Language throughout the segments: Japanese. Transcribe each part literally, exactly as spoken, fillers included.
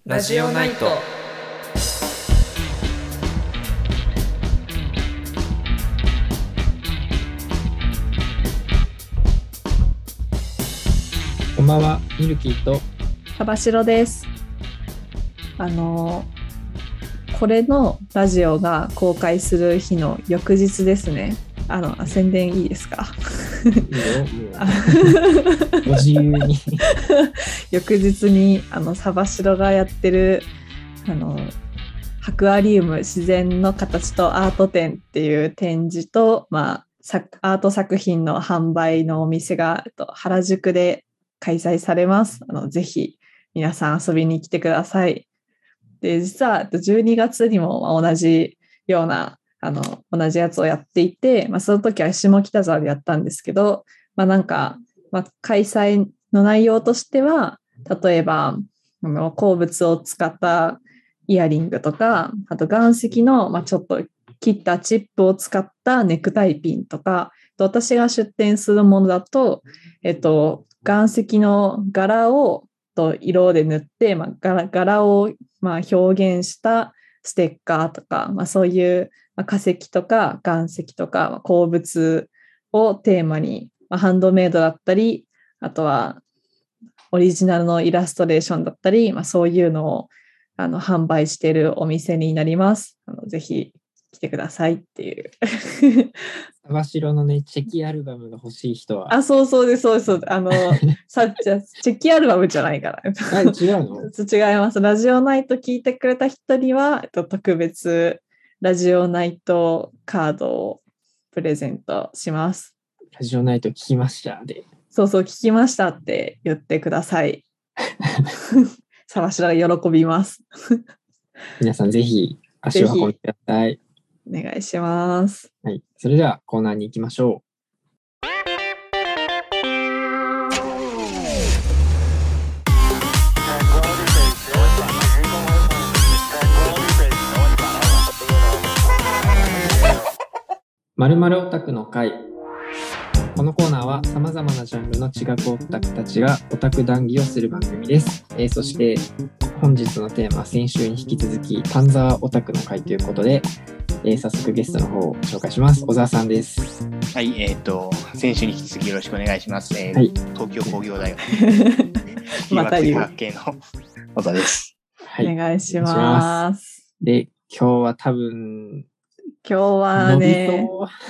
ラジオナイト。 こんばんは、ミルキーとさばしろです。あのこれのラジオが公開する日の翌日ですね。あの宣伝いいですか？ いいよ、もうご自由に翌日にあのさばしろがやってるあのハクアリウム自然の形とアート展っていう展示と、まあ、アート作品の販売のお店が原宿で開催されます。あのぜひ皆さん遊びに来てください。で、実はじゅうにがつにも同じようなあの同じやつをやっていて、まあ、その時は下北沢でやったんですけど、まあ、なんか、まあ、開催の内容としては、例えばあの鉱物を使ったイヤリングとか、あと岩石の、まあ、ちょっと切ったチップを使ったネクタイピンとか、私が出展するものだと、えっと、岩石の柄をと色で塗って、まあ、柄, 柄をまあ表現したステッカーとか、まあ、そういう化石とか岩石とか鉱物をテーマに、まあ、ハンドメイドだったり、あとはオリジナルのイラストレーションだったり、まあ、そういうのをあの販売しているお店になります。あのぜひ来てくださいっていうさばしろのね、チェキアルバムが欲しい人は。 あ、そうそうです、そうです。あの、さじゃチェキアルバムじゃないから。 あ、違うの？ 違います。ラジオナイト聞いてくれた人には、えっと、特別ラジオナイトカードをプレゼントします。 ラジオナイト聞きましたで。 そうそう、聞きましたって言ってください。さばしらが喜びます。 皆さんぜひ足を運んでください。 お願いします。 はい、それではコーナーに行きましょう。〇〇オタクの会。このコーナーはさまざまなジャンルの地学オタクたちがオタク談義をする番組です。えー、そして本日のテーマは先週に引き続き丹沢オタクの会ということで、えー、早速ゲストの方を紹介します。小沢さんです。 はい、えっ、ー、と先週に引き続きよろしくお願いします。えーはい、東京工業大学また言う学系の小沢です。 はい、お願いします。 で、今日は多分今日はね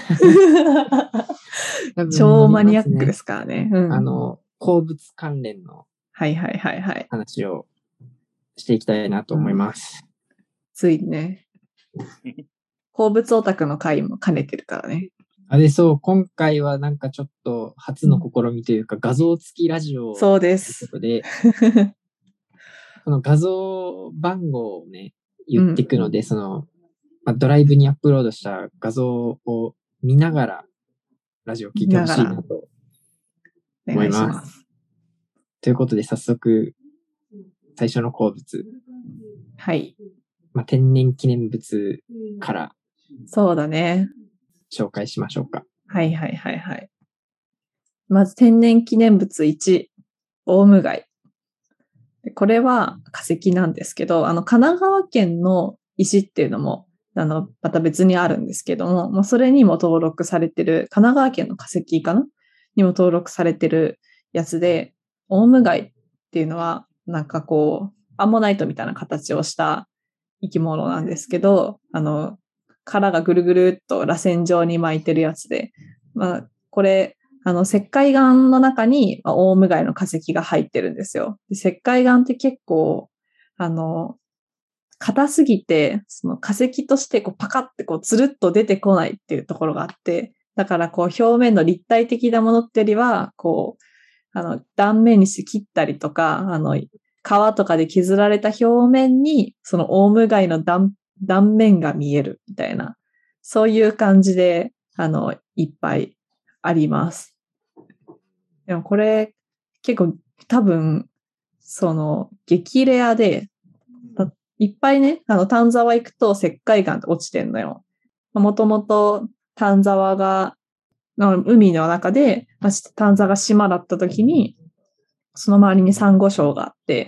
超マニアックですからね、うん、 あの鉱物関連の話をしていきたいなと思います、 うん、ついにね鉱物オタクの会も兼ねてるからね。 あれ、そう、今回はなんかちょっと初の試みというか、うん、画像付きラジオそうですということでこの画像番号をね言っていくので、うん、そのまあ、ドライブにアップロードした画像を見ながらラジオを聞いてほしいなと思います。ますということで早速最初の鉱物、 はい、 まあ、天然記念物からそうだね紹介しましょうか。 はいはいはいはい。まず天然記念物いち、オウムガイ。これは化石なんですけど、あの神奈川県の石っていうのもあの、また別にあるんですけども、まあ、それにも登録されてる、神奈川県の化石かなにも登録されてるやつで、オウムガイっていうのは、なんかこう、アンモナイトみたいな形をした生き物なんですけど、あの、殻がぐるぐるっと螺旋状に巻いてるやつで、まあ、これ、あの、石灰岩の中に、まあ、オウムガイの化石が入ってるんですよ。で石灰岩って結構、あの、硬すぎて、その化石としてこうパカってこうつるっと出てこないっていうところがあって、だからこう表面の立体的なものってよりは、こう、あの断面にして切ったりとか、あの皮とかで削られた表面にそのオウムガイの 断, 断面が見えるみたいな、そういう感じで、あの、いっぱいあります。でもこれ結構多分、その激レアで、いっぱいね、あの、丹沢行くと石灰岩って落ちてんのよ。もともと丹沢が、海の中で、丹沢が島だった時に、その周りにサンゴ礁があって、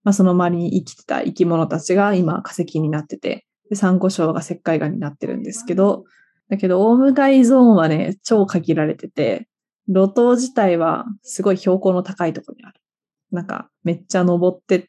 まあ、その周りに生きてた生き物たちが今化石になってて、で、サンゴ礁が石灰岩になってるんですけど、だけど、オウムガイゾーンはね、超限られてて、路頭自体はすごい標高の高いところにある。なんか、めっちゃ登ってって、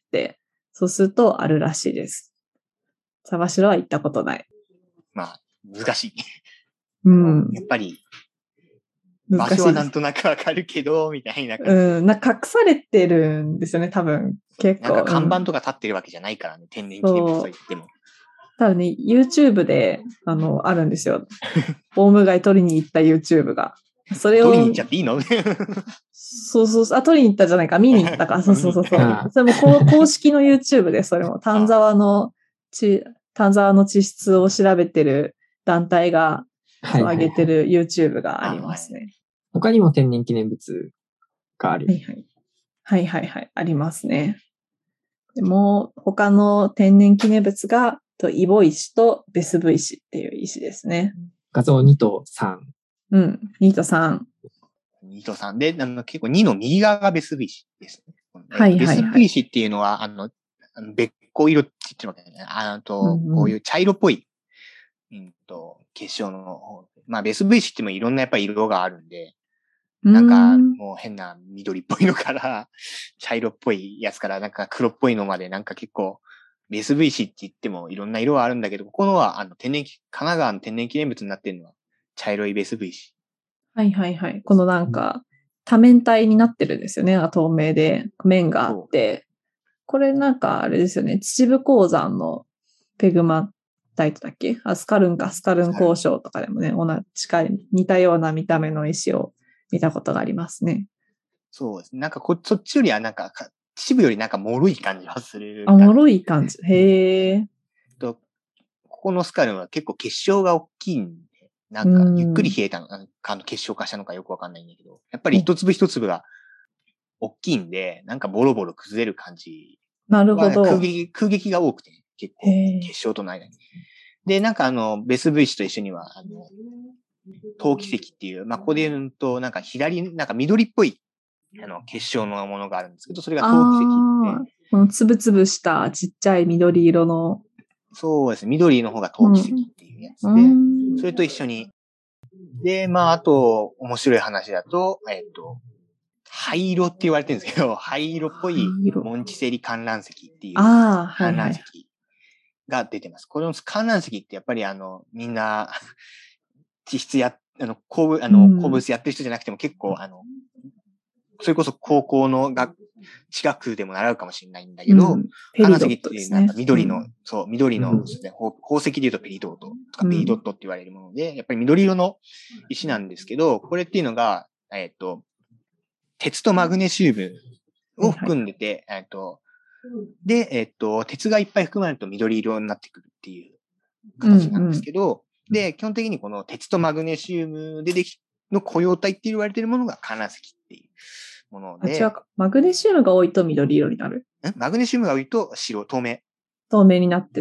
そうするとあるらしいです。沢城は行ったことない。 まあ、難しい。 うん。 やっぱり、 難しい。 場所はなんとなくわかるけど、みたいな。 うん、なんか隠されてるんですよね、多分。結構。 なんか看板とか立ってるわけじゃないからね、うん、天然記念物と言っても。 ただね、YouTube で、あの、あるんですよ。オウムガイ取りに行った YouTube が。それを。 取りに行っちゃっていいのそうそうそう。あ、取りに行ったじゃないか。見に行ったか。そうそうそうそう。それもこう公式の YouTube で、それも丹沢の地、丹沢の地質を調べてる団体が上げてる YouTube がありますね。 他にも天然記念物がある。 はいはい。はいはいはい。ありますね。でも、他の天然記念物が、イボ石とベスブ石っていう石ですね。 画像にとさん。 うん、にとさん。 にとさんで、あの結構にの右側がベスブ石ですね。 はいはいはい。 ベスブ石っていうのは、あの、べっこ色って言ってるわけね。あと、うんうん、こういう茶色っぽい、うんと、結晶の方。まあ、ベスブ石ってもいろんなやっぱり色があるんで、なんか、もう変な緑っぽいのから、茶色っぽいやつから、なんか黒っぽいのまで、なんか結構、ベスブ石って言ってもいろんな色はあるんだけど、ここのは、あの、天然、神奈川の天然記念物になってるのは、茶色いベスブ石。 はいはいはい。このなんか、多面体になってるんですよね。透明で、面があって。これなんか、あれですよね。秩父鉱山のペグマタイトだっけ？アスカルンかアスカルン鉱床とかでもね、同じか似たような見た目の石を見たことがありますね。 そうですね。なんかこ、そっちよりはなんか、秩父よりなんか脆い感じはする。 あ、脆い感じ。へえ。 と、ここのスカルンは結構結晶が大きいんで、なんか、ゆっくり冷えたのか、の結晶化したのかよくわかんないんだけど、やっぱり一粒一粒が大きいんで、なんかボロボロ崩れる感じ。 なるほど。 空撃、空撃が多くて、結構、結晶との間に。で、なんかあの、ベスブ石と一緒には、あの、陶器石っていう、まあ、ここで言うと、なんか左、なんか緑っぽい、あの、結晶のものがあるんですけど、それが陶器石って。 このつぶつぶしたちっちゃい緑色の。 そうですね。緑の方が陶器石っていうやつで、うん、それと一緒に。で、まあ、あと、面白い話だと、えっと、灰色って言われてるんですけど、灰色っぽいモンチセリ観覧石っていう観覧石が出てます。この観覧石ってやっぱりあの、みんな、地質や、あの、鉱物、あの、鉱物やってる人じゃなくても結構、あの、それこそ高校の学、近くでも習うかもしれないんだけど、うん、観覧石ってなんか緑の、うん、そう、緑の、うん、宝石で言うとペリドートとかペリドットって言われるもので、やっぱり緑色の石なんですけど、これっていうのが、えっと、鉄とマグネシウムを含んでて、はいはい、えっと、で、えっと、鉄がいっぱい含まれると緑色になってくるっていう形なんですけど、うんうん、で、基本的にこの鉄とマグネシウムででき、の固様体って言われているものが観覧石っていうもので。 あ、違うか。マグネシウムが多いと緑色になる。 んマグネシウムが多いと白、透明。 透明になってって。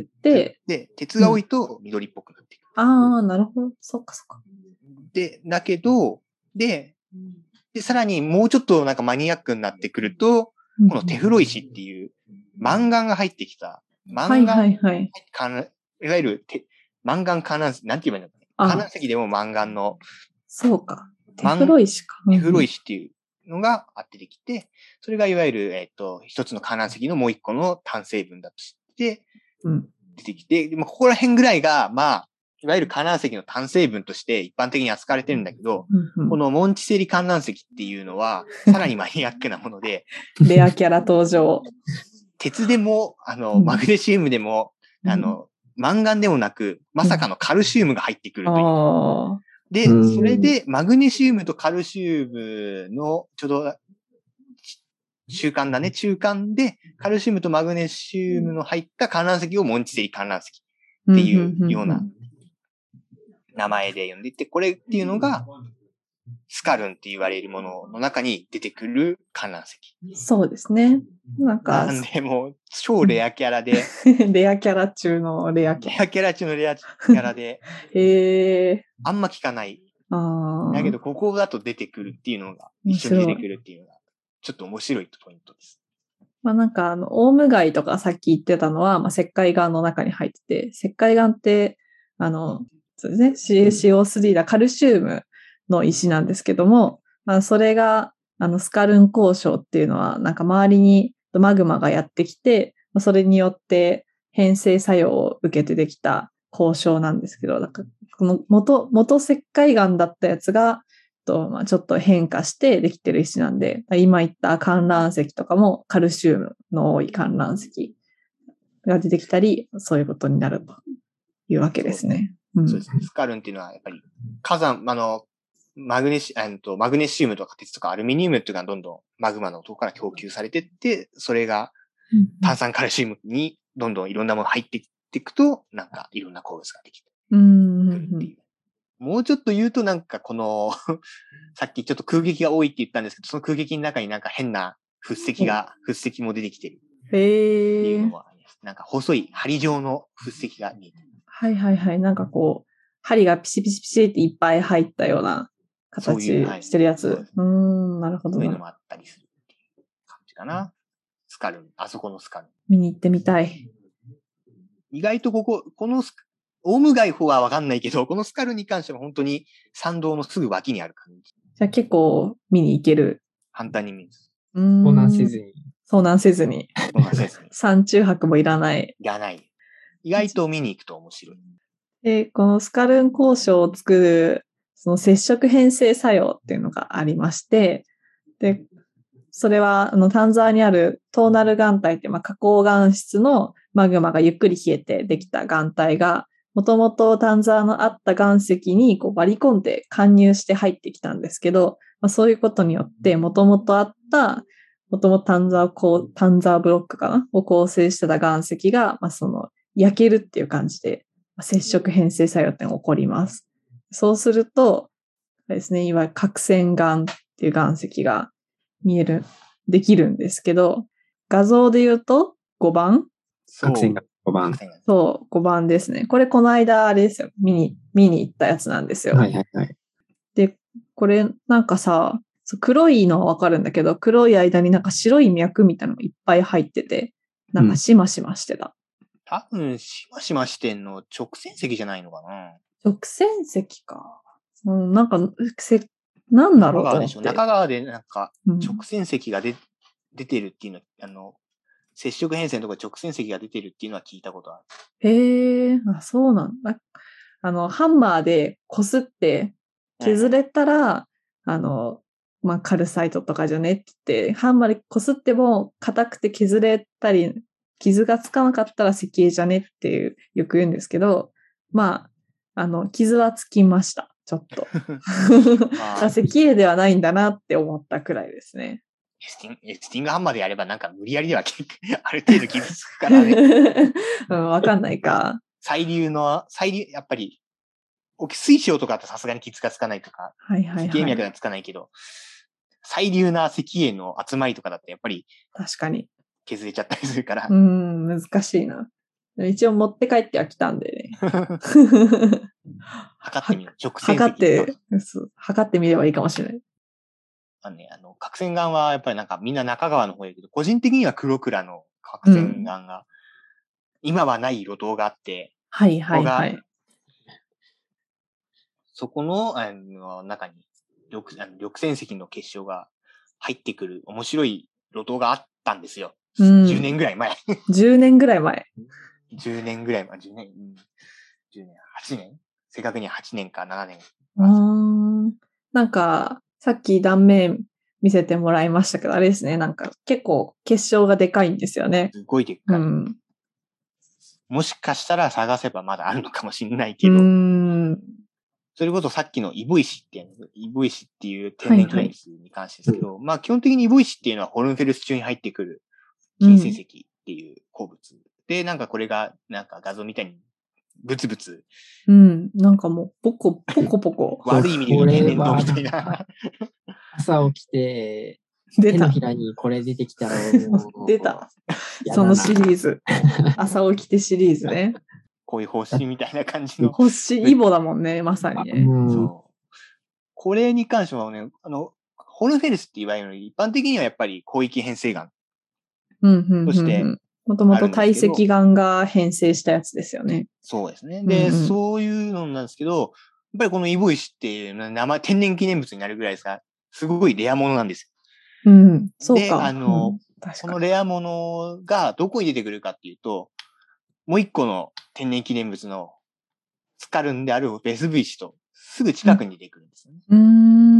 で、鉄が多いと緑っぽくなっていく。 うん、ああ、なるほど。そっかそっか。 で、だけど、で、で、さらにもうちょっとなんかマニアックになってくると、うん、このテフロ石っていうマンガンが入ってきた、マンガン、はいはいはい、いわゆるてマンガン観覧石、なんて言えばいいのかね。観覧石でもマンガンの。 そうか。テフロ石か。 テフロ石っていうのがあってできて、それがいわゆる、えっと、一つの観覧石のもう一個の単成分だとして、出てきて、うん、ここら辺ぐらいが、まあ、いわゆる観覧石の単成分として一般的に扱われてるんだけど、うんうん、このモンチセリ観覧石っていうのは、さらにマニアックなもので。 レアキャラ登場。 鉄でも、あの、マグネシウムでも、うん、あの、マンガンでもなく、まさかのカルシウムが入ってくるという。うん、で、それで、マグネシウムとカルシウムの、ちょうど、中間だね、中間で、カルシウムとマグネシウムの入った観覧石をモンチセリ観覧石っていうような名前で呼んでいて、これっていうのが、スカルンって言われるものの中に出てくる観覧石。 そうですね。なんか。 なんでもう、超レアキャラで。 レアキャラ中のレアキャラ。 レアキャラ中のレアキャラで。 へえ。 あんま聞かない。 あだけど、ここだと出てくるっていうのが、一緒に出てくるっていうのが、ちょっと面白いポイントです。 まあなんかあの、オウムガイとかさっき言ってたのは、まあ石灰岩の中に入ってて、石灰岩って、あの、そうですね、シーシーオースリー だ、カルシウムの石なんですけども、まあそれが、あの、スカルン鉱床っていうのは、なんか周りにマグマがやってきて、それによって変成作用を受けてできた鉱床なんですけど、なんかこの元、元石灰岩だったやつが、とまあ、ちょっと変化してできてる石なんで、今言った観覧石とかもカルシウムの多い観覧石が出てきたり、そういうことになるというわけですね。 そう,、うん、そうですね。スカルンっていうのはやっぱり火山、あの、マグネシ、あのマグネシウムとか鉄とかアルミニウムっていうのがどんどんマグマのとこから供給されていって、それが炭酸カルシウムにどんどんいろんなもの入っていくと、なんかいろんな鉱物ができてくるっていう。もうちょっと言うとなんかこの、さっきちょっと空撃が多いって言ったんですけど、その空撃の中になんか変な噴石が、噴石も出てきてる。 へっていうのもあります。なんか細い針状の噴石が見えてる。 はいはいはい。なんかこう、針がピシピシピシっていっぱい入ったような形してるやつ。う, うーん、なるほど。 そういうのもあったりするっていう感じかな。スカルン、あそこのスカルン。 見に行ってみたい。 意外とここ、このスカオウムガイ方はわかんないけど、このスカルに関しては本当に参道のすぐ脇にある感じ。 じゃあ結構見に行ける。 簡単に見る。 遭難せずに。 遭難せずに。 遭難せずに。 山中泊もいらない。 いらない。意外と見に行くと面白い。 で、このスカルン鉱床を作る、その接触変成作用っていうのがありまして、で、それは、あの、タンザーにあるトーナル岩帯って、まあ、花崗岩質のマグマがゆっくり冷えてできた岩帯が、もともとタンザーのあった岩石にこう割り込んで貫入して入ってきたんですけど、まあ、そういうことによって、もともとあった、もともとタンザーこう、タンザーブロックかなを構成してた岩石が、まあ、その、焼けるっていう感じで、接触変成作用って起こります。そうすると、ですね、いわゆる角栓岩っていう岩石が見える、できるんですけど、画像で言うとごばん？ 角栓岩ごばん。 そう、ごばんですね。これこの間あれですよ。見に、見に行ったやつなんですよ。 はいはいはい。 で、これなんかさ、黒いのはわかるんだけど、黒い間になんか白い脈みたいなのがいっぱい入ってて、なんかしましましてた。 うん、多分、しましましてんの直線石じゃないのかな。 直線石か。うん、なんか、せ、なんだろうと思って。中川でしょ。 中川でなんか、直線石が出、うん、出てるっていうの、あの、接触変成のところ直線石が出てるっていうのは聞いたことある。へえ、あ、そうなんだ。あの、ハンマーで擦って削れたら、うん、あの、まあ、カルサイトとかじゃねって言って、ハンマーで擦っても硬くて削れたり、傷がつかなかったら石英じゃねっていう、よく言うんですけど、まあ、あの、傷はつきました。ちょっと。石英ではないんだなって思ったくらいですね。 エスティン、エスティングハンマーでやればなんか無理やりではある程度傷つくからね。 うん、わかんないか。 細粒の、細粒、やっぱり、水晶とかだとさすがに傷がつかないとか、 はいはいはい、 石英脈がつかないけど、細粒な石英の集まりとかだってやっぱり、 確かに。 削れちゃったりするから。 うん、難しいな。一応持って帰ってはきたんでね。 測ってみる。直線石。 測って、測ってみればいいかもしれない。 あのね、あの、角栓岩はやっぱりなんかみんな中川の方やけど、個人的には黒倉の角栓岩が、うん、今はない路頭があって、 はいはいはい。 そこの、あの、中に緑、あの緑線石の結晶が入ってくる面白い路頭があったんですよ。うん、じゅうねんぐらい前。 じゅうねんぐらい前。 じゅうねんぐらい前。じゅうねん、じゅうねん、はちねん正確にはちねんかななねん。 うん。なんか、さっき断面見せてもらいましたけど、あれですね。なんか結構結晶がでかいんですよね。 すごいでっかい。うん、もしかしたら探せばまだあるのかもしれないけど。うんそれこそさっきのイボ石っていう、イボ石っていう天然記念物に関してですけど、はいはい、まあ基本的にイボ石っていうのはホルンフェルス中に入ってくる金星石っていう鉱物、うん、で、なんかこれがなんか画像みたいにブツブツ。 うん。なんかもうポコポコポコ。 悪い意味で言うと天然痘みたいな。 朝起きて、手のひらにこれ出てきたら出た。そのシリーズ。朝起きてシリーズね。 こういう星みたいな感じの。 星イボだもんね、まさにね。 そう。これに関してはね、あの、ホルンフェルスっていわゆる一般的にはやっぱり広域変成岩として、 もともと堆積岩が変成したやつですよね。 そうですね。で、うんうん、そういうのなんですけど、やっぱりこのイボ石っていうのは生天然記念物になるぐらいですから、すごいレアものなんですよ。うん、そうか。 で、あの、うん、このレアものがどこに出てくるかっていうと、もう一個の天然記念物のスカルンであるベスブ石とすぐ近くに出てくるんですよね。 うん、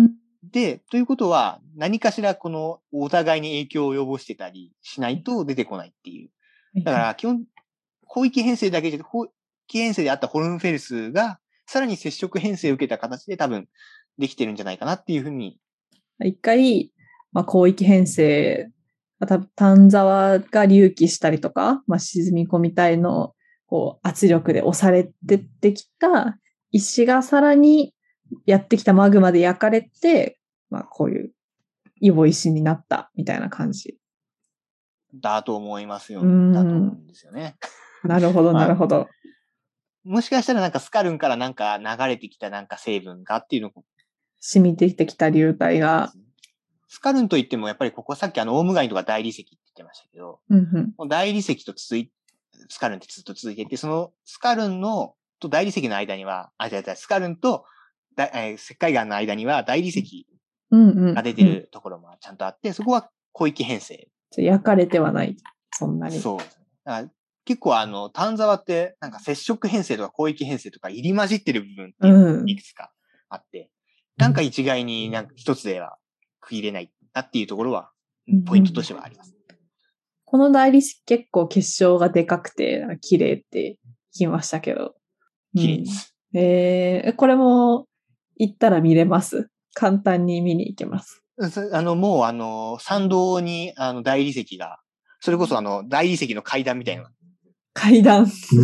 で、ということは、何かしらこのお互いに影響を及ぼしてたりしないと出てこないっていう。だから、基本、広域編成だけじゃ、広域編成であったホルンフェルスが、さらに接触編成を受けた形で多分できてるんじゃないかなっていうふうに。 一回、まあ、広域編成、丹沢が隆起したりとか、まあ、沈み込み体のこう圧力で押されてってきた石がさらにやってきたマグマで焼かれて、まあ、こういうイボ石になったみたいな感じ。 だと思いますよ。だと思うんですよね。 なるほど、なるほど、まあ。 もしかしたらなんかスカルンからなんか流れてきたなんか成分がっていうのを。 染みてきてきた流体が。 スカルンといってもやっぱりここさっきあのオウムガイとか大理石って言ってましたけど、 うんうん、 大理石と続いスカルンってずっと続いていて、そのスカルンのと大理石の間には、あ、違う違う、スカルンとだ、えー、石灰岩の間には大理石が出てるところもちゃんとあって、うんうんうん、そこは広域編成。 焼かれてはない。そんなに。 そう。だから結構あの、丹沢ってなんか接触編成とか広域編成とか入り混じってる部分っていういくつかあって、うん、なんか一概になんか一つでは区切れないなっていうところは、ポイントとしてはあります。うん、 この大理石結構結晶がでかくて、綺麗って聞きましたけど。 綺麗です。 うん、えー、これも行ったら見れます？簡単に見に行けます。 あの、もうあの、参道にあの大理石が、それこそあの、大理石の階段みたいな。 階段。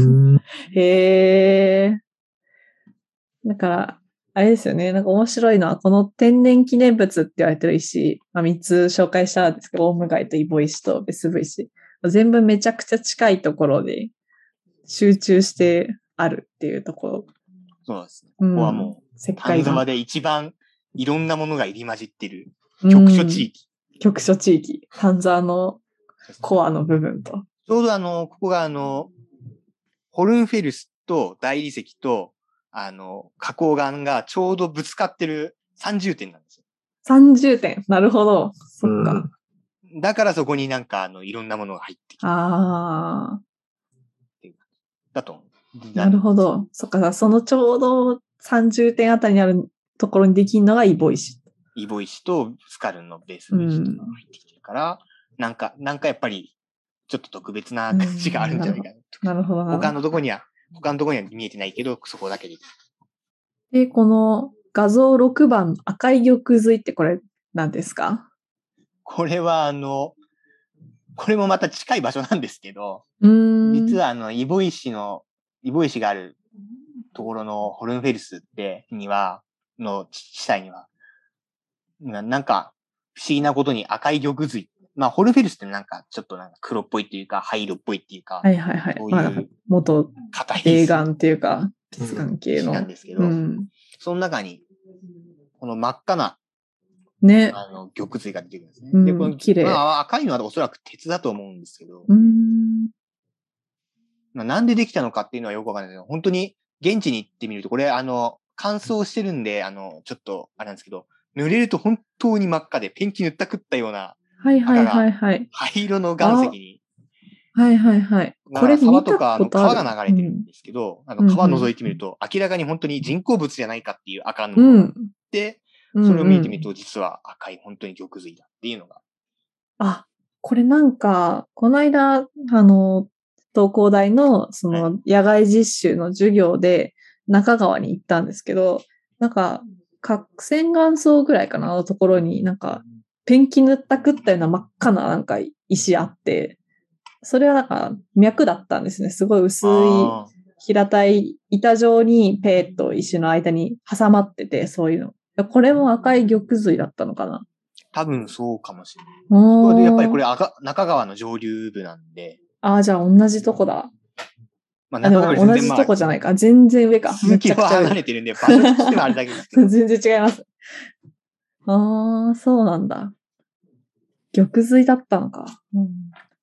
へー。だから、あれですよね。なんか面白いのは、この天然記念物って言われてる石、まあ、みっつ紹介したんですけど、オウムガイとイボ石とベスブ石。全部めちゃくちゃ近いところで集中してあるっていうところ。 そうですね。ここはもう、丹沢で一番いろんなものが入り混じってる局所地域。 うん、局所地域。丹沢のコアの部分と。 ちょうどあの、ここがあの、ホルンフェルスと大理石と、あの、花崗岩がちょうどぶつかってるさんじゅうてんなんですよ。 さんじゅうてん。なるほど。そっか。 うん、だからそこになんかあの、いろんなものが入ってきて。 ああ。 だと思う。 なるほど。そっか、そのちょうどさんじゅうてんあたりにあるところにできるのがイボ石。 イボ石とスカルンのベースの石とかが入ってきてるから、うん、なんか、なんかやっぱり、ちょっと特別な感じがあるんじゃないかな。 なるほど。 他のとこには、他のとこには見えてないけど、そこだけで。 で、この画像ろくばん赤い玉髄ってこれ何ですか？ これはあの、これもまた近い場所なんですけど、 うーん実はあの、イボ石の、イボ石があるところのホルンフェルスってには、の地帯には、な, なんか不思議なことに赤い玉髄。まあ、ホルンフェルスってなんかちょっとなんか黒っぽいっていうか、灰色っぽいっていうか、 はいはいはい。 そういう、 元泥岩っていうか、鉄岩系の。 なんですけど、うん、その中に、この真っ赤な、 ね。 あの、玉髄が出てくるんですね。 うん、 で、この、 綺麗。 まあ、赤いのはおそらく鉄だと思うんですけど、 うーんまあ、なんでできたのかっていうのはよくわかんないけど、本当に現地に行ってみると、これ、あの、乾燥してるんで、あの、ちょっと、あれなんですけど、濡れると本当に真っ赤で、ペンキ塗ったくったような、 はいはいはいはい。 灰色の岩石に。 はいはいはい。これ沢とかの川が流れてるんですけど、うん、あの川覗いてみると、明らかに本当に人工物じゃないかっていう赤のもので、うん、それを見てみると、実は赤い本当に玉髄だっていうのが。 あ、これなんか、この間、あの、東工大のその野外実習の授業で中川に行ったんですけど、なんか、角栓岩層ぐらいかなのところになんか、ペンキ塗ったくったような真っ赤ななんか石あって、それはなんか脈だったんですね。すごい薄い平たい板状にペーッと石の間に挟まってて、そういうの。これも赤い玉髄だったのかな？ 多分そうかもしれない。それでやっぱりこれ赤中川の上流部なんで。 ああ、じゃあ同じとこだ。 まあ、中川より全然、まあ、 同じとこじゃないか。全然上か。 めちゃくちゃ離れてるんで、場所としてはあれだけですけど。 全然違います。ああ、そうなんだ。玉髄だったのか。うん、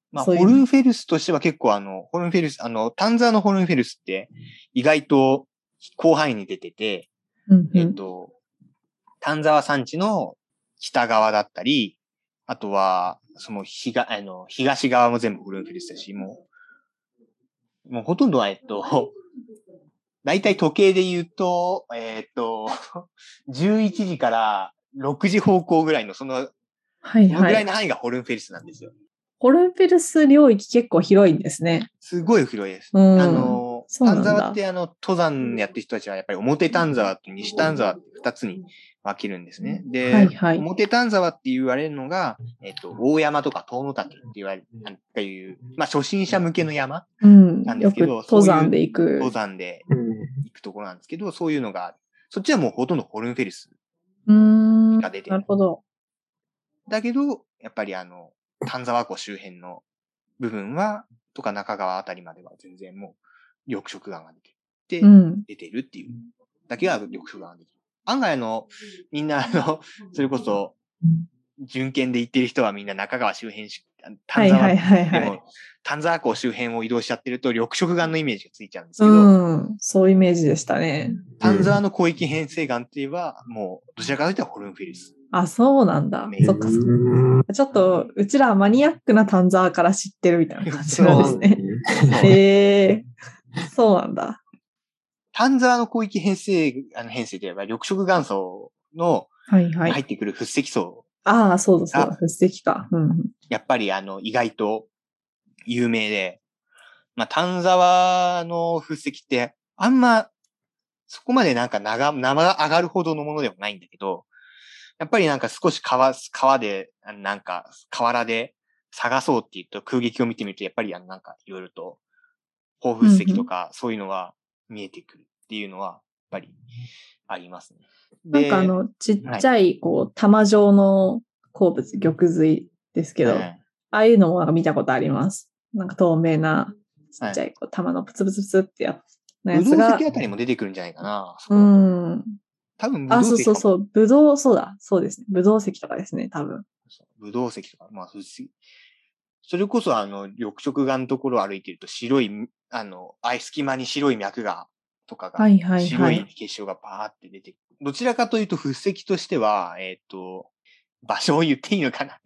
まあ、ホルンフェルスとしては結構あの、ホルンフェルス、あの、丹沢のホルンフェルスって意外と広範囲に出てて、 うんうん、 えっと、丹沢山地の北側だったり、あとは、その東、あの、東側も全部ホルンフェルスだし、もう、もうほとんどは、えっと、だいたい時計で言うと、えっと、じゅういちじからろくじ方向ぐらいの、その、はいはい、そのぐらいの範囲がホルンフェルスなんですよ。 ホルンフェルス領域結構広いんですね。 すごい広いです。 うん、 あの、丹沢ってあの、登山やってる人たちはやっぱり表丹沢と西丹沢って二つに分けるんですね。で、はいはい、表丹沢って言われるのが、えっと、大山とか遠野岳って言われる、っていう、まあ初心者向けの山なんですけど、うん、 よく登山で行く。 登山で行くところなんですけど、そういうのがある。そっちはもうほとんどホルンフェルスが出てる。 なるほど。 だけど、やっぱりあの、丹沢湖周辺の部分は、とか中川あたりまでは全然もう緑色岩が出てて、うん、出てるっていうだけは緑色岩が出てる。案外あの、みんなあの、それこそ、巡検で行ってる人はみんな中川周辺し、丹沢、はいはいはいはい、でも、丹沢湖周辺を移動しちゃってると緑色岩のイメージがついちゃうんですけど、 うん、そういうイメージでしたね。 丹沢の広域変成岩って言えば、もう、どちらかというとホルンフェルス。 あ、そうなんだ。そっかそっか。ちょっと、うちらはマニアックな丹沢から知ってるみたいな感じなんですね。ええー、そうなんだ。 丹沢の広域変成、あの変成といえば、緑色岩層の、はいはい。入ってくる筆石層。 ああ、そうだそうだ、筆石か。うん、 やっぱりあの、意外と有名で、まあ、丹沢の筆石って、あんま、そこまでなんか長、生が上がるほどのものでもないんだけど、やっぱりなんか少し川、川で、なんか河原で探そうって言うと空撃を見てみると、やっぱりあのなんかいろいろと、宝筆石とかそういうのは見えてくるっていうのは、やっぱりありますね。 なんかあの、ちっちゃい、こう、玉状の鉱物、玉髄ですけど、はい、ああいうのもなんか見たことあります。なんか透明な、ちっちゃい、こう、玉のプツプツプツってやつが。 ぶどう石あたりも出てくるんじゃないかな。 うん。 多分ぶどう石。あ、 そうそうそう。ぶどう、そうだ。そうですね。ぶどう石とかですね、多分。 ぶどう石とか、まあ、それこそあの、緑色岩のところを歩いてると白い、あの、あい隙間に白い脈が、とかが、はいはいはい、白い結晶がバーって出てくる。どちらかというと、筆石としては、えっと、場所を言っていいのかな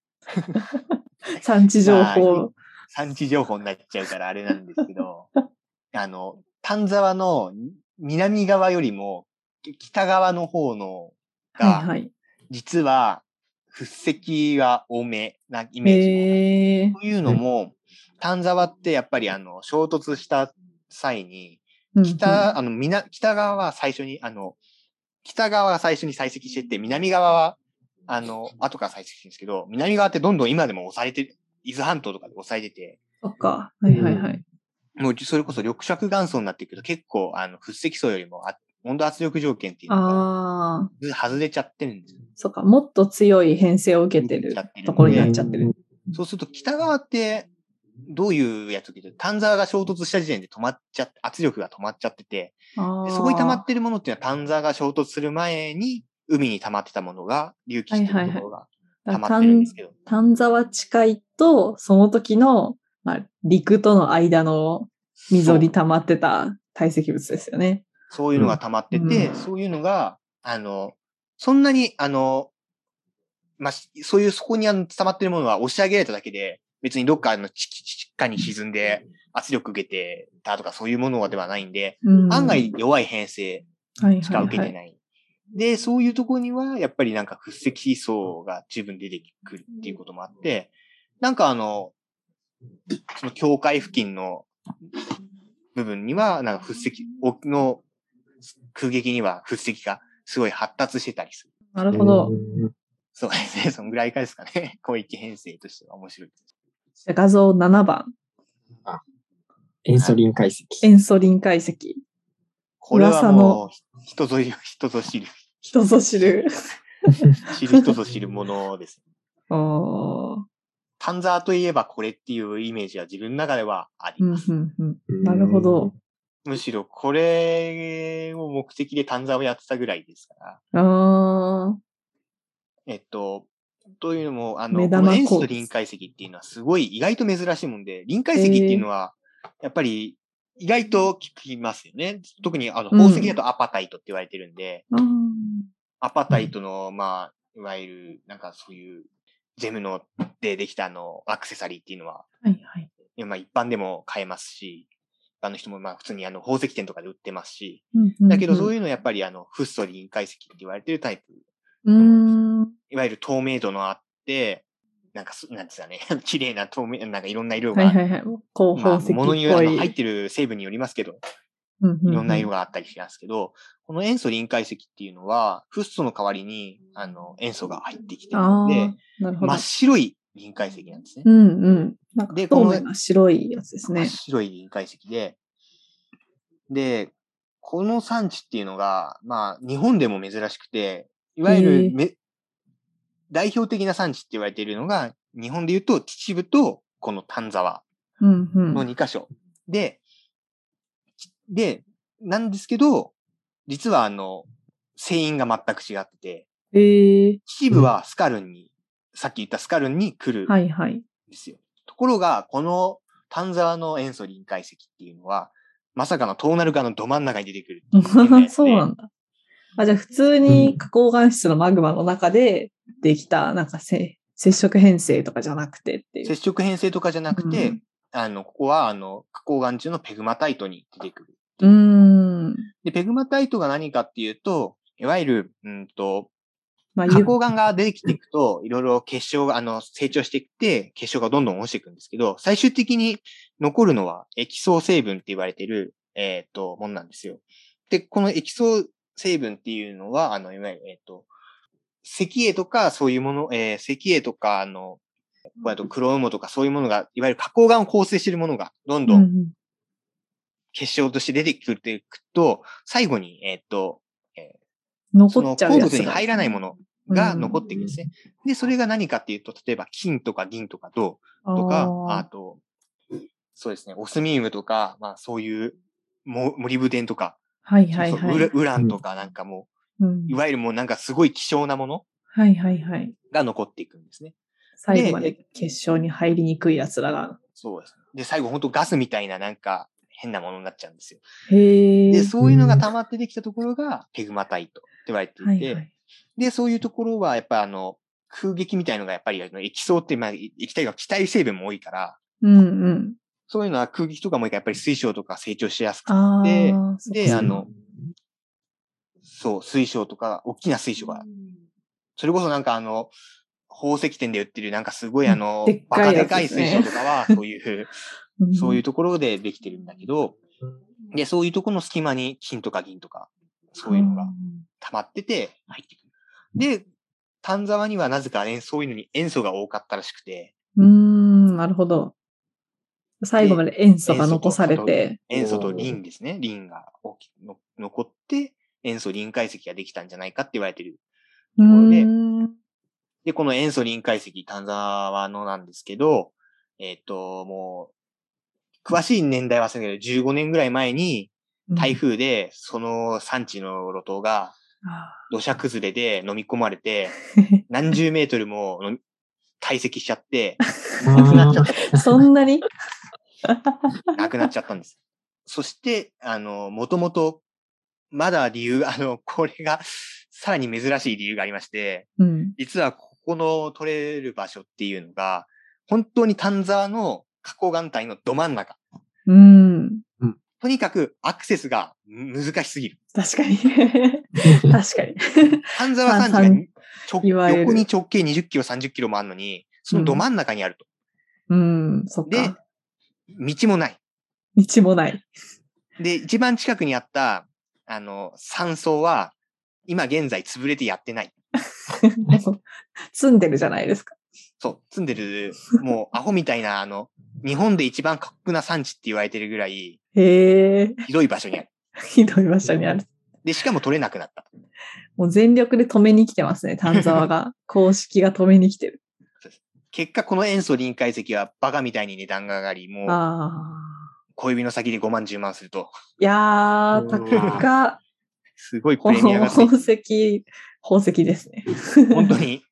産地情報、 まあ。産地情報になっちゃうからあれなんですけど、あの、丹沢の南側よりも北側の方のが、はいはい、実は筆石が多めなイメージがある。というのも、丹沢ってやっぱりあの、衝突した際に、北、うんうん、あの、南、北側は最初に、あの、北側が最初に採石してて、南側は、あの、後から採石してるんですけど、南側ってどんどん今でも押されてる、伊豆半島とかで押されてて。 そっか。はいはいはい。 もう、それこそ緑色岩層になっていくと結構、あの、筆石層よりも温度圧力条件っていうのが、外れちゃってるんですよ。 そっか。もっと強い編成を受けてるところになっちゃってる。 そうすると、北側って、どういうやつかというと、丹沢が衝突した時点で止まっちゃって、圧力が止まっちゃってて、でそこに溜まってるものっていうのは丹沢が衝突する前に、海に溜まってたものが、隆起してるところが溜まってるんですけど。はいはいはい、丹沢近いと、その時の、まあ、陸との間の溝に溜まってた堆積物ですよね。 そういうのが溜まってて、うん、そういうのが、あの、そんなに、あの、まあ、そういうそこにあの溜まってるものは押し上げられただけで、別にどっかの地下に沈んで圧力受けてたとかそういうものではないんで、うん、案外弱い編成しか受けてない。はいはいはい、で、そういうところにはやっぱりなんか筆石層が十分出てくるっていうこともあって、なんかあの、その境界付近の部分には、なんか筆石の空撃には筆石がすごい発達してたりする。 なるほど。 そうですね。そのぐらいかですかね。広域編成としては面白いです。 じゃ画像ななばん。 あ、塩素リン解析。 塩素リン解析。 これはもう、人ぞ、人ぞ知る。 人ぞ知る。 知る人ぞ知るものです。 お丹沢といえばこれっていうイメージは自分の中ではあります。 うんうんうん、なるほど。 むしろこれを目的で丹沢をやってたぐらいですから。 あえっと、 というのも、あの、この塩素臨界石っていうのはすごい意外と珍しいもんで、臨界石っていうのは、やっぱり意外と聞きますよね。特にあの宝石だとアパタイトって言われてるんで、うん、アパタイトの、まあ、いわゆる、なんかそういう、ジェムのでできたあの、アクセサリーっていうのは、はいはい。まあ一般でも買えますし、一般の人もまあ普通にあの宝石店とかで売ってますし、うんうんうん、だけどそういうのやっぱりあの、フッ素臨界石って言われてるタイプ。うーん、いわゆる透明度のあって、なんか、なんですかね、綺麗な透明、なんかいろんな色が、はいはいはい、こう宝石っぽい。まあ、物による、入ってる成分によりますけど、うんうんうん、いろんな色があったりしますけど、この塩素臨界石っていうのは、フッ素の代わりに、あの、塩素が入ってきてるので、真っ白い臨界石なんですね。うんうん。なんか透明な白いやつですね。真っ白い臨界石で、で、この産地っていうのが、まあ、日本でも珍しくて、いわゆるめ、代表的な産地って言われているのが、日本で言うと秩父とこの丹沢のにカ所、うんうん、で、で、なんですけど、実はあの、成因が全く違ってて、えー、秩父はスカルンに、うん、さっき言ったスカルンに来るんですよ。はいはい、ところが、この丹沢の塩素臨界石っていうのは、まさかのトーナル川のど真ん中に出てくるっていう。そうなんだ。あ、じゃあ普通に花崗岩質のマグマの中でできた、なんかせ接触変成とかじゃなくてっていう。接触変成とかじゃなくて、うん、あの、ここはあの、花崗岩中のペグマタイトに出てくる。うん。で、ペグマタイトが何かっていうと、いわゆる、うんと、まあ、花崗岩が出てきていくと、いろいろ結晶が、あの、成長していって、結晶がどんどん落ちていくんですけど、最終的に残るのは液層成分って言われている、えっと、ものなんですよ。で、この液層成分っていうのは、あの、いわゆる、えっと、石英とかそういうもの、えー、石英とか、あの、こうやって黒雲母とかそういうものが、いわゆる花崗岩を構成しているものが、どんどん結晶として出てくるいくと、最後に、えっと、えー、残っちゃうやつ、その鉱物に入らないものが残っていくんですね。で、それが何かっていうと、例えば金とか銀とか銅とか、あと、そうですね、オスミウムとか、まあそういうモリブデンとか、はいはいはい。ウランとかなんかもう、うん、いわゆるもうなんかすごい希少なものはいはいはい。が残っていくんですね。最後まで結晶に入りにくいやつらが。そうです。で、最後本当ガスみたいななんか変なものになっちゃうんですよ。へで、そういうのが溜まってできたところがペグマタイトって言われていて、はいはい、で、そういうところはやっぱあの、空撃みたいのがやっぱりあの液層って、まあ、液体が気体成分も多いから、うんうん。そういうのは空撃とかもやっぱり水晶とか成長しやすくて、で、あの、そう、水晶とか、大きな水晶が、それこそなんかあの、宝石店で売ってるなんかすごいあの、でっかいバカでかい水晶とかは、そういう、そういうところでできてるんだけど、で、そういうところの隙間に金とか銀とか、そういうのが溜まってて入ってくる。で、丹沢にはなぜかね、そういうのに塩素が多かったらしくて。うーん、なるほど。最後まで塩素が残されて。塩素とリンですね。リンが大きくの残って、塩素臨界石ができたんじゃないかって言われてるところで。で、この塩素臨界石、丹沢のなんですけど、えっと、もう、詳しい年代は忘れたけど、じゅうごねんぐらい前に、台風で、その産地の路頭が、土砂崩れで飲み込まれて、何十メートルも堆積しちゃって、なくなっちゃった。そんなになくなっちゃったんです。そして、あの、もともと、まだ理由、あの、これが、さらに珍しい理由がありまして、うん、実はここの取れる場所っていうのが、本当に丹沢の花崗岩帯のど真ん中。うん。とにかくアクセスが難しすぎる。確かに。確かに。丹沢山地が直横に直径にじゅっキロ、さんじゅっキロもあるのに、そのど真ん中にあると。うん、うん、そっか。で、道もない。道もない。で、一番近くにあった、あの、山荘は、今現在潰れてやってない。住んでるじゃないですか。そう、住んでる、もうアホみたいな、あの、日本で一番過酷な産地って言われてるぐらい、へー。ひどい場所にある。ひどい場所にある。で、しかも取れなくなった。もう全力で止めに来てますね、丹沢が。公式が止めに来てる。結果、この塩素臨界石はバカみたいに値段が上がり、もう、小指の先でごまんじゅうまんすると。いやー、高っ。すごいプレミアがついて。宝石、宝石ですね。本当に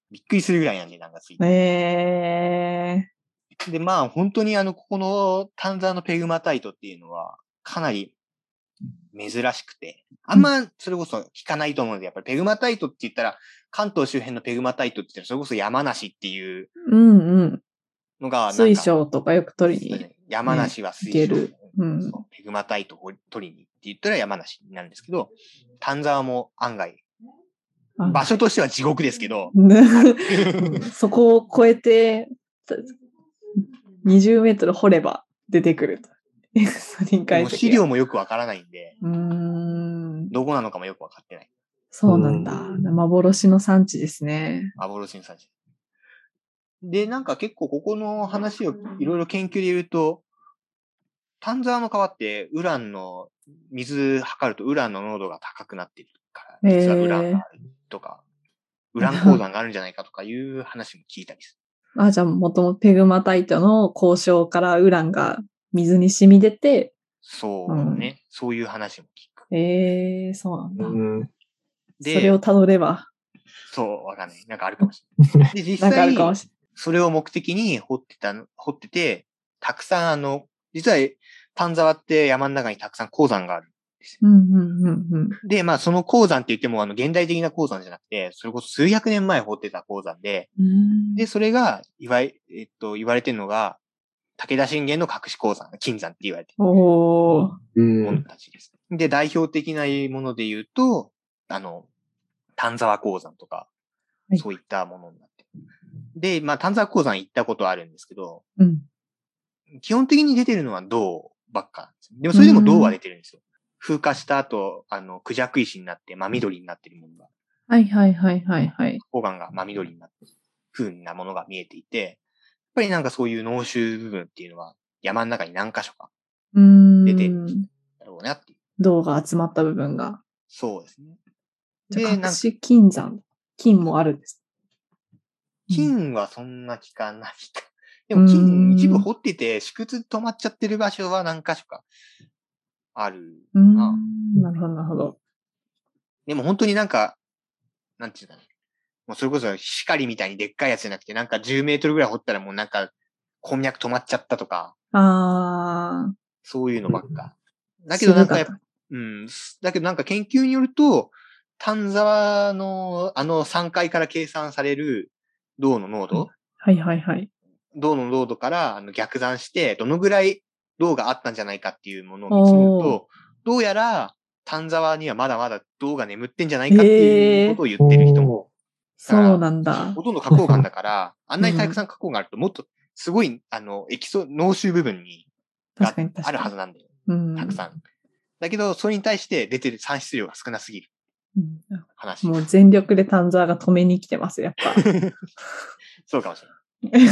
びっくりするぐらいなんで、なんかついて。 えー、で、まあ、本当にあの、ここの丹沢のペグマタイトっていうのは、かなり珍しくて、あんま、それこそ聞かないと思うので、やっぱりペグマタイトって言ったら、関東周辺のペグマタイトって言ったら、それこそ山梨っていううんうん。 のが、なんか、 水晶とかよく取りに、ね、 山梨は水晶、うん、そうペグマタイトを取りにって言ったら山梨になるんですけど、丹沢も案外、場所としては地獄ですけど、 そこを越えて、にじゅうメートル掘れば出てくると。 でも資料もよくわからないんで、 うーんどこなのかもよくわかってない。 そうなんだ。幻の産地ですね。 幻の産地。で、なんか結構ここの話をいろいろ研究で言うと、丹沢の川ってウランの、水測るとウランの濃度が高くなってるから、実はウランがあるとか、ウラン鉱山があるんじゃないかとかいう話も聞いたりする。あ、じゃあもともとペグマタイトの交渉からウランが水に染み出て、 そうね、うん。そういう話も聞く。 ええー、そうなんだ。うん、 で、 それを辿れば。 そう、わかんない。なんかあるかもしれない。で、実際、それを目的に掘ってた、掘ってて、たくさんあの、実は丹沢って山の中にたくさん鉱山があるんですよ。 うんうんうんうん、 で、まあその鉱山って言ってもあの現代的な鉱山じゃなくて、それこそ数百年前掘ってた鉱山で、で、それが、いわゆ、えっと、言われてるのが、武田信玄の隠し鉱山、金山って言われてるものたちです。で、代表的なもので言うと、あの、丹沢鉱山とか、そういったものになってる。で、まあ、丹沢鉱山行ったことあるんですけど、うん、基本的に出てるのは銅ばっかなんですよ。でもそれでも銅は出てるんですよ。風化した後、あの、クジャク石になって真緑になってるものが。 はいはいはいはいはい。 鉱岩が真緑になってる風なものが見えていて、やっぱりなんかそういう濃集部分っていうのは山の中に何箇所か出てるんだろうなっていう。 銅が集まった部分が。 そうですね。 で、隠し金山。金もあるんです。 金はそんな聞かないか。でも金一部掘ってて、試掘止まっちゃってる場所は何箇所かあるな。なるほど、なるほど。 でも本当になんか、なんていうかね。もうそれこそ光みたいにでっかいやつじゃなくて、なんかじゅうメートルぐらい掘ったらもうなんか、こんにゃく止まっちゃったとか。 ああ。 そういうのばっか。だけどなんか、うん。だけどなんか研究によると、丹沢のあのさんかいから計算される銅の濃度、 はいはいはい。 銅の濃度からあの逆算して、どのぐらい銅があったんじゃないかっていうものを見つけると、どうやら丹沢にはまだまだ銅が眠ってんじゃないかっていうことを言ってる人も。 そうなんだ。 ほとんど花崗岩だから、あんなにたくさん花崗岩あるともっとすごい、あの、エキソ、濃集部分に、があるはずなんだよ。たくさん。だけど、それに対して出てる産出量が少なすぎる。うん、話。 もう全力で丹沢が止めに来てます、やっぱ。 そうかもしれない。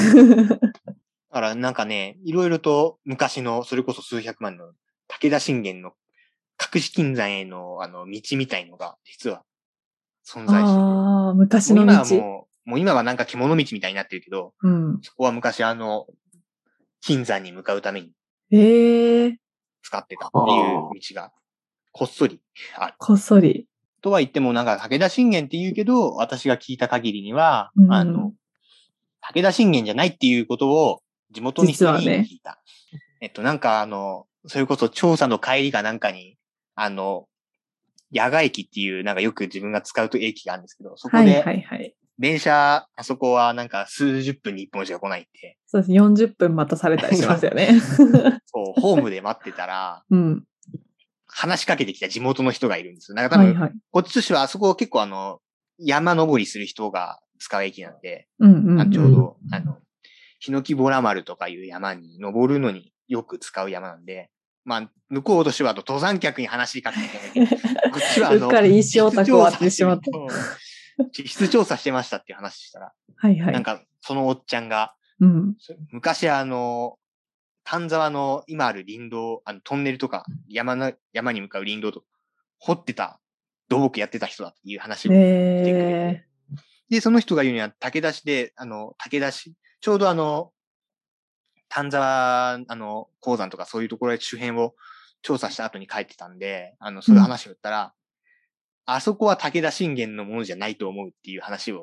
だからなんかね、いろいろと昔の、それこそ数百万の武田信玄の隠し金山へのあの道みたいのが実は存在してて。 ああ、昔の道。 今はもう、もう今はなんか獣道みたいになってるけど、うん、そこは昔あの、金山に向かうために。ええ。使ってたっていう道が、こっそりある。 こっそり。 とは言ってもなんか武田信玄って言うけど、私が聞いた限りには、うん、あの、武田信玄じゃないっていうことを地元の人に聞いた。ね、えっと、なんかあの、それこそ調査の帰りかなんかに、あの、矢賀駅っていうなんかよく自分が使うと駅があるんですけど、そこで、電車、あそこはなんか数十分に一本しか来ないって。 そうです。よんじゅっぷん待たされたりしますよね。 そう、ホームで待ってたら、うん、話しかけてきた地元の人がいるんですよ。なんか多分、はいはい、こっちとしてはあそこ結構あの、山登りする人が使う駅なんで、うんうんうん、ちょうど、あの、ヒノキボラ丸とかいう山に登るのによく使う山なんで、まあ、向こうとしては登山客に話しかけていけないけど、こっちはあの、 うっかり石オタクをってしまった。 地質調査してましたっていう話したら、はいはい。なんか、そのおっちゃんが、うん、昔あの、丹沢の今ある林道、あのトンネルとか山の、山に向かう林道とか、掘ってた、土木やってた人だっていう話をしてくれて、えー、で、その人が言うには武田市で、あの、武田市、ちょうどあの、丹沢、あの、鉱山とかそういうところで周辺を調査した後に帰ってたんで、あの、そういう話を言ったら、うん、あそこは武田信玄のものじゃないと思うっていう話を。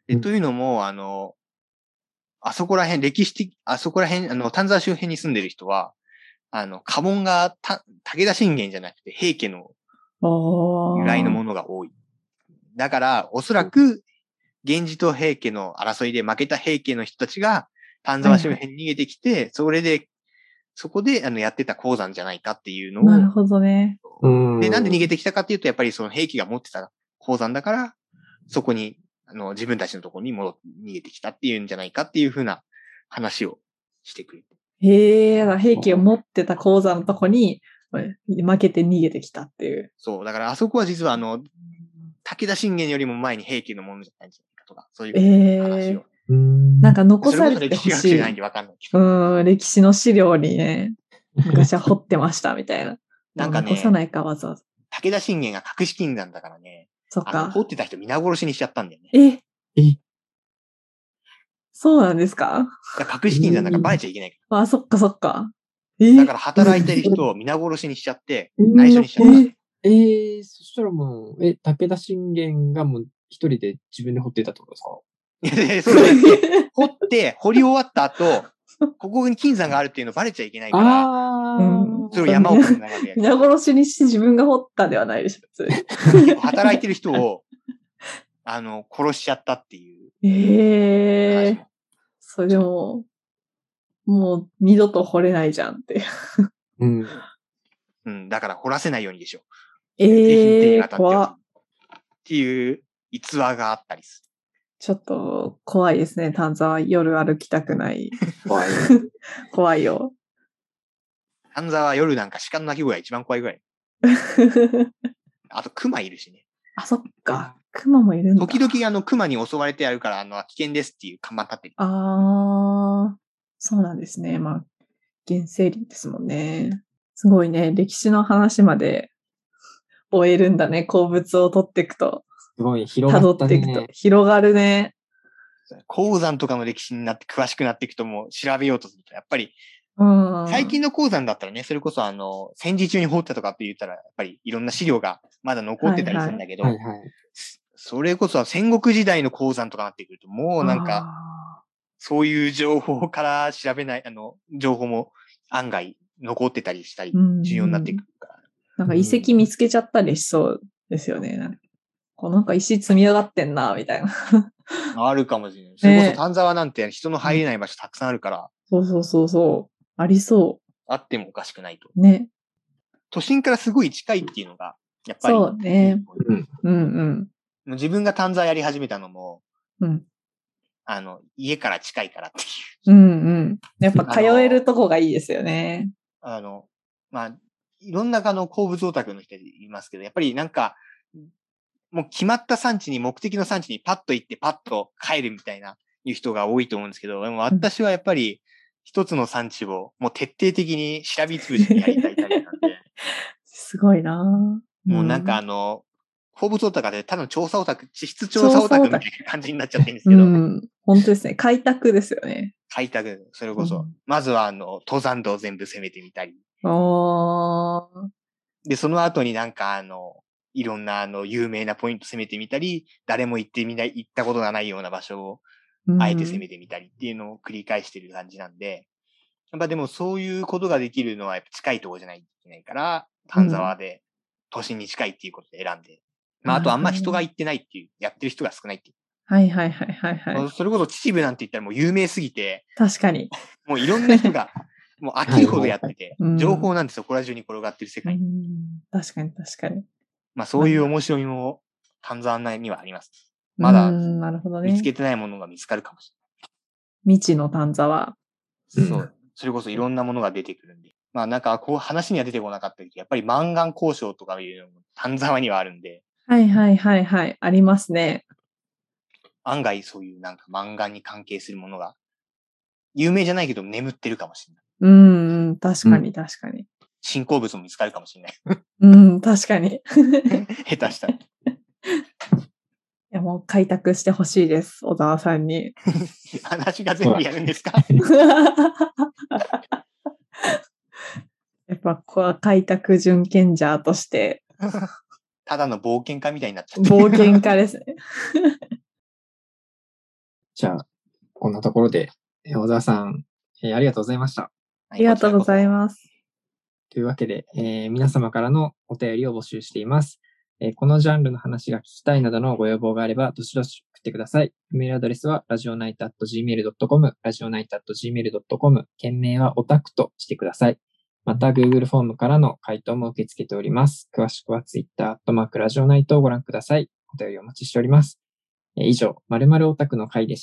で、というのも、あの、あそこら辺、歴史的、あそこら辺、あの、丹沢周辺に住んでる人は、あの、家紋がた武田信玄じゃなくて平家の由来のものが多い。だから、おそらく、源氏と平家の争いで負けた平家の人たちが、丹沢周辺に逃げてきて、はいはい、それで、そこで、あの、やってた鉱山じゃないかっていうのを。 なるほどね。 で、なんで逃げてきたかっていうと、やっぱりその平家が持ってた鉱山だから、そこに、あの、自分たちのところに戻って逃げてきたっていうんじゃないかっていうふうな話をしてくれて。 へえ、平家を持ってた鉱山のとこに負けて逃げてきたっていう。 そう、だからあそこは実はあの、武田信玄よりも前に平家のものじゃないんじゃないかとか、そういう話を。 えー、なんか残されてほしい。 それこそ歴史学者じゃないんでわかんないけど。 うん、歴史の資料にね、昔は掘ってましたみたいな。 なんかね、 残さないかわざわざ。 武田信玄が隠し金山だからね、 そっか。 あの、掘ってた人皆殺しにしちゃったんだよね。 ええそうなんですか？ 隠し金山だからバレちゃいけないから。 あ、そっかそっか。えだから働いてる人を皆殺しにしちゃって、内緒にしちゃった。 ええー、そしたらもう、え、武田信玄がもう一人で自分で掘ってたってことですか？ いやいや、そうじゃなくて、掘って、掘り終わった後、ここに金山があるっていうのバレちゃいけないから、 うん、 それを山奥に流れて。 皆殺しにして自分が掘ったではないでしょ、普通。働いてる人を、あの、殺しちゃったっていう。 ええー。それでも、もう二度と掘れないじゃんって。 うん。 うん、だから掘らせないようにでしょ。 ええー、怖っ。 っていう逸話があったりする。 ちょっと怖いですね、丹沢。夜歩きたくない。 怖い。 怖いよ。 丹沢夜なんか鹿の鳴き声が一番怖いぐらい。あと熊いるしね。 あ、そっか。熊もいるんだ。 時々あの熊に襲われてやるから、あの、危険ですっていう看板立ってる。 ああ、そうなんですね。まあ、原生林ですもんね。すごいね。歴史の話まで終えるんだね。鉱物を取っていくと。 すごい広がったね。 辿っていくと。広がるね。 鉱山とかの歴史になって詳しくなっていくともう調べようとすると、やっぱり、 うん、 最近の鉱山だったらね、それこそあの、戦時中に掘ったとかって言ったら、やっぱりいろんな資料がまだ残ってたりするんだけど、 はいはいはいはい、 それこそ戦国時代の鉱山とかなってくると、もうなんか、そういう情報から調べない、あの、情報も案外残ってたりしたり、重要になってくるから。 なんか遺跡見つけちゃったりしそうですよね。なんかこうなんか石積み上がってんな、みたいな。 あるかもしれない。それこそ丹沢なんて人の入れない場所たくさんあるから。 そうそうそうそう。ありそう。 あってもおかしくないと。 ね。 都心からすごい近いっていうのが、やっぱり。 そうね。うんうんうん。自分が丹沢やり始めたのも、 うん。 あの、家から近いからっていう。 うんうん。やっぱ通えるとこがいいですよね。 あの、まあ、いろんなあの鉱物オタクの人いますけど、やっぱりなんか、もう決まった産地に、目的の産地にパッと行ってパッと帰るみたいな、いう人が多いと思うんですけど、でも私はやっぱり一つの産地をもう徹底的に調べつぶしにやりたいタイプなんで。 すごいなぁ、うん、 もうなんかあの、鉱物オタクでただの調査オタク、地質調査オタクみたいな感じになっちゃってるんですけど。 うん、本当ですね。開拓ですよね。 開拓、それこそ。うん、まずはあの、登山道を全部攻めてみたり。 あで、その後になんかあの、いろんなあの、有名なポイント攻めてみたり、誰も行ってみない、行ったことがないような場所を、あえて攻めてみたりっていうのを繰り返してる感じなんで、やっぱでもそういうことができるのはやっぱ近いところじゃないといけないから、丹沢で都心に近いっていうことで選んで。うん、まああとあんま人が行ってないっていう、やってる人が少ないっていう。 はいはいはいはいはい。 それこそ秩父なんて言ったらもう有名すぎて。 確かに。 もういろんな人が、もう飽きるほどやってて、情報なんてそこら中に転がってる世界。 うん、確かに確かに。 まあそういう面白みも丹沢内にはあります。まだ見つけてないものが見つかるかもしれない。 未知の丹沢。 そう。それこそいろんなものが出てくるんで。まあなんかこう話には出てこなかったけど、やっぱりマンガン交渉とかいうのも丹沢にはあるんで。 はいはいはいはい。ありますね。 案外そういうなんかマンガンに関係するものが、有名じゃないけど眠ってるかもしれない。 うん、確かに確かに。 新鉱物も見つかるかもしれない。 うん、確かに。 下手したら。 いや、もう開拓してほしいです。小沢さんに。 話が全部やるんですか？ やっぱ、ここは開拓準賢者として。 ただの冒険家みたいになっちゃって。 冒険家ですね。 じゃあ、こんなところで、えー小沢さん、えーありがとうございました。 ありがとうございます。 というわけで、えー皆様からのお便りを募集しています。えーこのジャンルの話が聞きたいなどのご要望があれば、どしどし送ってください。メールアドレスは、ラジオナイトアットジーメールドットコム、ラジオナイトアットジーメールドットコム、件名はオタクとしてください。また、Google フォームからの回答も受け付けております。詳しくは Twitter、アットマークラジオナイトをご覧ください。お便りお待ちしております。えー以上、〇〇オタクの回でした。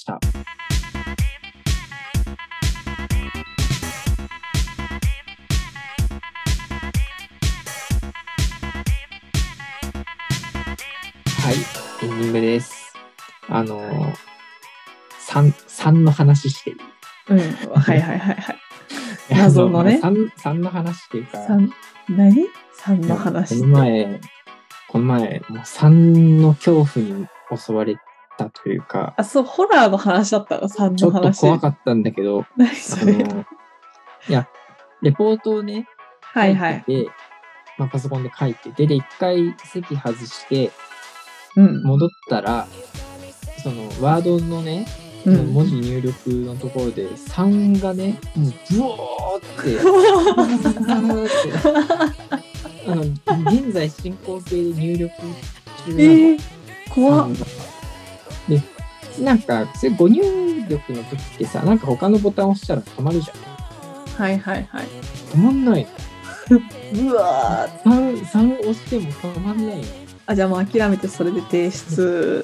はい、エンディングです。あのー、三、三の話していい？ うん、はいはいはいはい。謎のね。 三、三の話っていうか。 三、何？三の話って。 この前、この前、もう三の恐怖に襲われたというか。 あ、そう、ホラーの話だったの、三の話。 ちょっと怖かったんだけど。 何それ？ あの、いや、レポートをね、 はいはい。 で、まあ、パソコンで書いて、で、で、一回席外して、 うん、 戻ったら、その、ワードのね、 うん、 文字入力のところで、さんがね、もう、ブオーって、あの、現在進行形で入力中なの。 えー、怖っ。 で、なんか、それご入力の時ってさ、なんか他のボタン押したら止まるじゃん。 はいはいはい。 止まんない。 うわー。さん、さん押しても止まんない。 あ、じゃあもう諦めてそれで提出。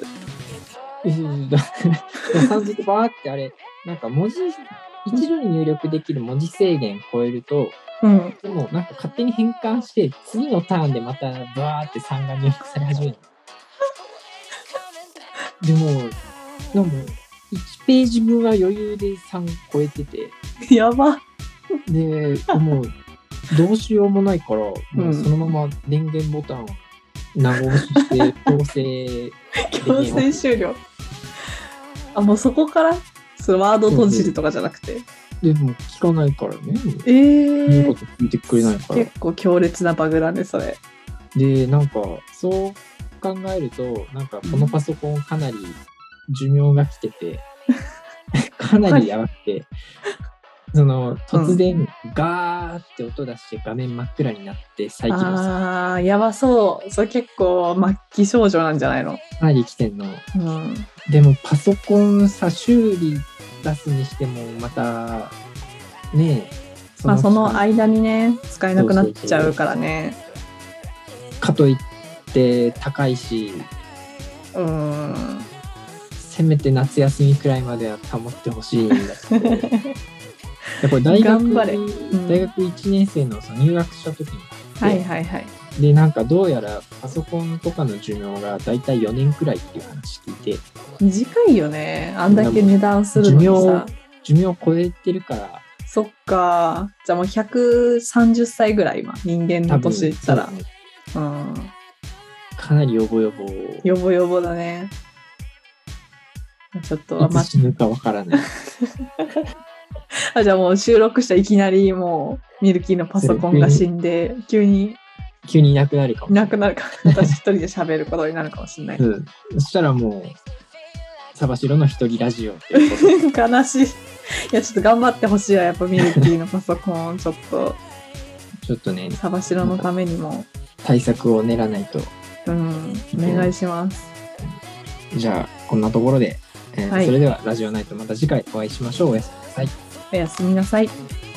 さんずっとバーってあれ、なんか文字、一度に入力できる文字制限超えると、 うん、 でもなんか勝手に変換して、次のターンでまたバーってさんが入力され始める。でも、でも、いちページ分は余裕でさん超えてて。 やば。 で、もう、どうしようもないから、もうそのまま電源ボタンを長押しして強制強制終了。あ、もうそこからそのワード閉じるとかじゃなくて。 でも聞かないからね。 えー、 言うこと聞いてくれないから。 結構強烈なバグだねそれ。 で、なんかそう考えると、なんかこのパソコンかなり寿命が来てて、かなりやばくて。その突然ガーって音出して画面真っ暗になって再起動する。 ああ、やばそう。それ結構末期症状なんじゃないの？ かなり来てんの。 うん。 でもパソコンさ、修理出すにしてもまたねえ、 そまあその間にね使えなくなっちゃうからね。 そうそうそうかといって高いし、 うーん。 せめて夏休みくらいまでは保ってほしいんだけど。やっぱり大学、 頑張れ、うん、 大学いちねん生 の, その入学した時にはいはいはい。 で、なんかどうやらパソコンとかの寿命がだいたいよねんくらいっていう話聞いて。 短いよね。あんだけ値段するのにさ。 寿命、寿命超えてるから。 そっか。じゃあもうひゃくさんじゅっさいぐらい今、人間の年いったら。うん。 かなりヨボヨボ。 ヨボヨボだね。ちょっといつ死ぬかわからない。 あ、じゃあもう収録したらいきなりもうミルキーのパソコンが死んで急に急にいなくなるかもしれない。いなくなるか私一人で喋ることになるかもしれない。 うん、そしたらもうサバシロの一人ラジオっていうこと悲しい。いやちょっと頑張ってほしいわやっぱミルキーのパソコンちょっとちょっとねサバシロのためにも対策を練らないと。 うんお願いします。 じゃあこんなところで、えーはい、それではラジオナイトまた次回お会いしましょう。おやすみなさい。 おやすみなさい。